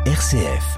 RCF.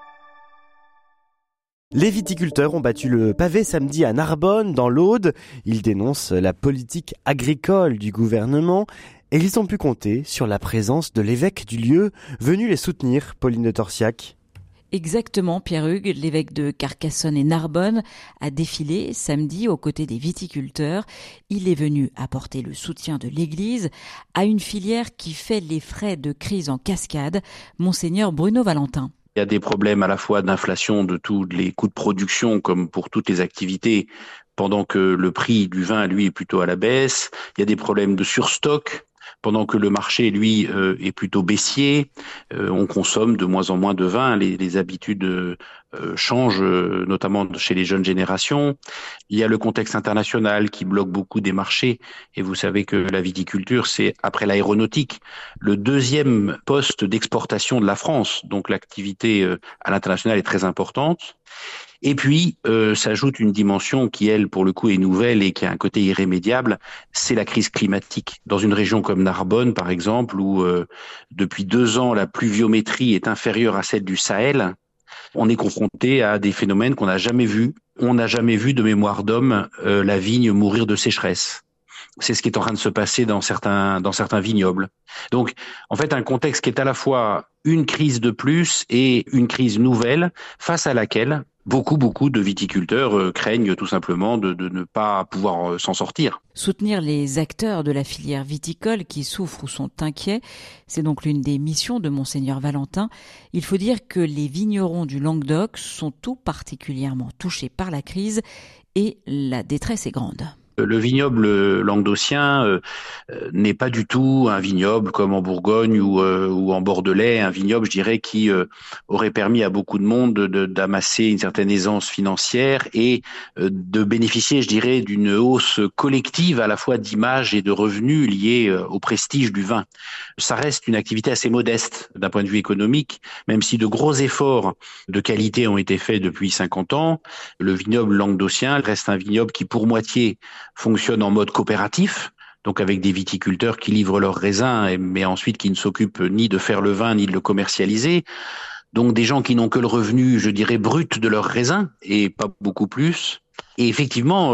Les viticulteurs ont battu le pavé samedi à Narbonne, dans l'Aude. Ils dénoncent la politique agricole du gouvernement et ils ont pu compter sur la présence de l'évêque du lieu, venu les soutenir, Pauline de Torsiac. Exactement, Pierre-Hugues, l'évêque de Carcassonne et Narbonne, a défilé samedi aux côtés des viticulteurs. Il est venu apporter le soutien de l'Église à une filière qui fait les frais de crise en cascade, Monseigneur Bruno Valentin. Il y a des problèmes à la fois d'inflation de tous les coûts de production comme pour toutes les activités, pendant que le prix du vin, lui, est plutôt à la baisse. Il y a des problèmes de surstock, pendant que le marché, lui, est plutôt baissier. On consomme de moins en moins de vin. Les habitudes changent, notamment chez les jeunes générations. Il y a le contexte international qui bloque beaucoup des marchés. Et vous savez que la viticulture, c'est, après l'aéronautique, le deuxième poste d'exportation de la France. Donc l'activité à l'international est très importante. Et puis, s'ajoute une dimension qui, elle, pour le coup, est nouvelle et qui a un côté irrémédiable, c'est la crise climatique. Dans une région comme Narbonne, par exemple, où depuis 2 ans, la pluviométrie est inférieure à celle du Sahel, on est confronté à des phénomènes qu'on n'a jamais vus. On n'a jamais vu de mémoire d'homme la vigne mourir de sécheresse. C'est ce qui est en train de se passer dans certains vignobles. Donc, en fait, un contexte qui est à la fois une crise de plus et une crise nouvelle, face à laquelle beaucoup de viticulteurs craignent tout simplement de ne pas pouvoir s'en sortir. Soutenir les acteurs de la filière viticole qui souffrent ou sont inquiets, c'est donc l'une des missions de Monseigneur Valentin. Il faut dire que les vignerons du Languedoc sont tout particulièrement touchés par la crise et la détresse est grande. Le vignoble languedocien n'est pas du tout un vignoble comme en Bourgogne ou en Bordelais, un vignoble, je dirais, qui aurait permis à beaucoup de monde d'amasser une certaine aisance financière et de bénéficier, je dirais, d'une hausse collective à la fois d'image et de revenus liés au prestige du vin. Ça reste une activité assez modeste d'un point de vue économique, même si de gros efforts de qualité ont été faits depuis 50 ans. Le vignoble languedocien reste un vignoble qui, pour moitié, fonctionne en mode coopératif, donc avec des viticulteurs qui livrent leurs raisins, mais ensuite qui ne s'occupent ni de faire le vin ni de le commercialiser. Donc des gens qui n'ont que le revenu, je dirais, brut de leurs raisins et pas beaucoup plus. Et effectivement,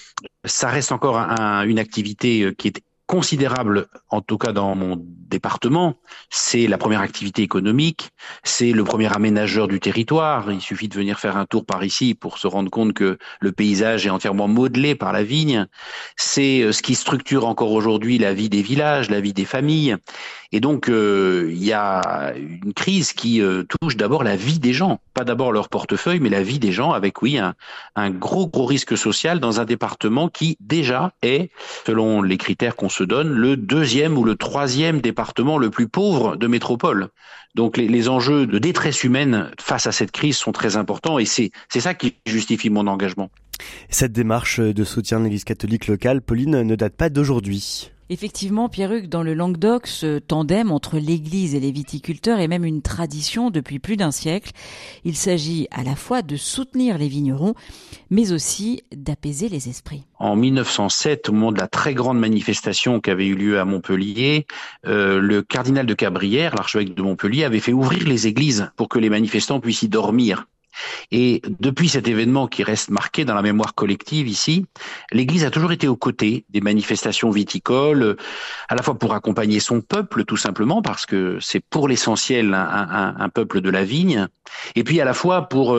ça reste encore une activité qui est considérable, en tout cas dans mon département. C'est la première activité économique, c'est le premier aménageur du territoire. Il suffit de venir faire un tour par ici pour se rendre compte que le paysage est entièrement modelé par la vigne. C'est ce qui structure encore aujourd'hui la vie des villages, la vie des familles. Et donc, il y a une crise qui touche d'abord la vie des gens, pas d'abord leur portefeuille, mais la vie des gens, avec, oui, un gros risque social dans un département qui, déjà, est, selon les critères qu'on se donne, le 2e ou le 3e département le plus pauvre de métropole. Donc, les enjeux de détresse humaine face à cette crise sont très importants et c'est ça qui justifie mon engagement. Cette démarche de soutien de l'Église catholique locale, Pauline, ne date pas d'aujourd'hui. Effectivement, Pierre-Hugues, dans le Languedoc, ce tandem entre l'Église et les viticulteurs est même une tradition depuis plus d'un siècle. Il s'agit à la fois de soutenir les vignerons, mais aussi d'apaiser les esprits. En 1907, au moment de la très grande manifestation qui avait eu lieu à Montpellier, le cardinal de Cabrières, l'archevêque de Montpellier, avait fait ouvrir les églises pour que les manifestants puissent y dormir. Et depuis cet événement qui reste marqué dans la mémoire collective ici, l'Église a toujours été aux côtés des manifestations viticoles, à la fois pour accompagner son peuple tout simplement, parce que c'est pour l'essentiel un peuple de la vigne, et puis à la fois pour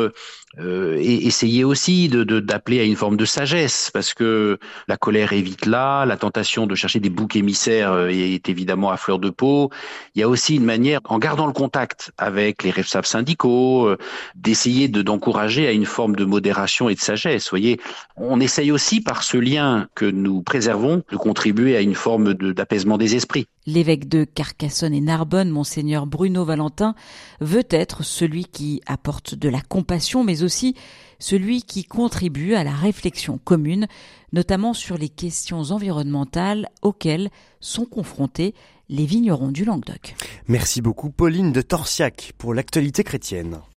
essayer aussi d'appeler à une forme de sagesse, parce que la colère est vite là, la tentation de chercher des boucs émissaires est évidemment à fleur de peau. Il y a aussi une manière, en gardant le contact avec les responsables syndicaux, d'essayer d'encourager à une forme de modération et de sagesse. Vous voyez, on essaye aussi par ce lien que nous préservons de contribuer à une forme d'apaisement des esprits. L'évêque de Carcassonne et Narbonne, Monseigneur Bruno Valentin, veut être celui qui apporte de la compassion, mais aussi celui qui contribue à la réflexion commune, notamment sur les questions environnementales auxquelles sont confrontés les vignerons du Languedoc. Merci beaucoup Pauline de Torsiac pour l'actualité chrétienne.